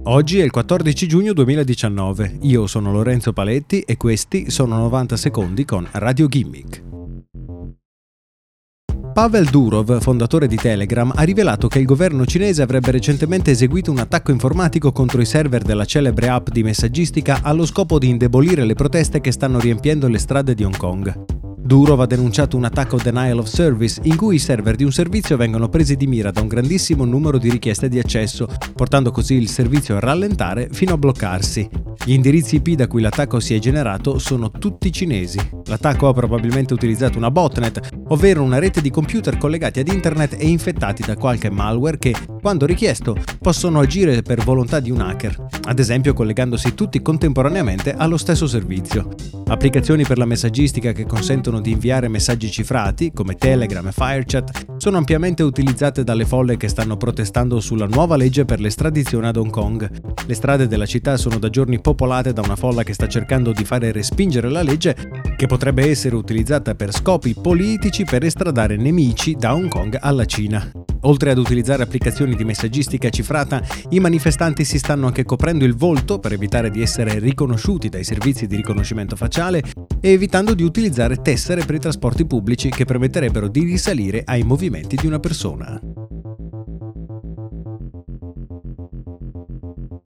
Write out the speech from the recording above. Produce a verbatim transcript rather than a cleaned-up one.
Oggi è il quattordici giugno duemiladiciannove, io sono Lorenzo Paletti e questi sono novanta secondi con Radio Gimmick. Pavel Durov, fondatore di Telegram, ha rivelato che il governo cinese avrebbe recentemente eseguito un attacco informatico contro i server della celebre app di messaggistica allo scopo di indebolire le proteste che stanno riempiendo le strade di Hong Kong. Durov ha denunciato un attacco denial of service in cui i server di un servizio vengono presi di mira da un grandissimo numero di richieste di accesso, portando così il servizio a rallentare fino a bloccarsi. Gli indirizzi I P da cui l'attacco si è generato sono tutti cinesi. L'attacco ha probabilmente utilizzato una botnet, ovvero una rete di computer collegati ad internet e infettati da qualche malware che, quando richiesto, possono agire per volontà di un hacker, ad esempio collegandosi tutti contemporaneamente allo stesso servizio. Applicazioni per la messaggistica che consentono di inviare messaggi cifrati, come Telegram e FireChat, sono ampiamente utilizzate dalle folle che stanno protestando sulla nuova legge per l'estradizione ad Hong Kong. Le strade della città sono da giorni popolate da una folla che sta cercando di fare respingere la legge che potrebbe essere utilizzata per scopi politici per estradare nemici da Hong Kong alla Cina. Oltre ad utilizzare applicazioni di messaggistica cifrata, i manifestanti si stanno anche coprendo il volto per evitare di essere riconosciuti dai servizi di riconoscimento facciale e evitando di utilizzare tessere per i trasporti pubblici che permetterebbero di risalire ai movimenti di una persona.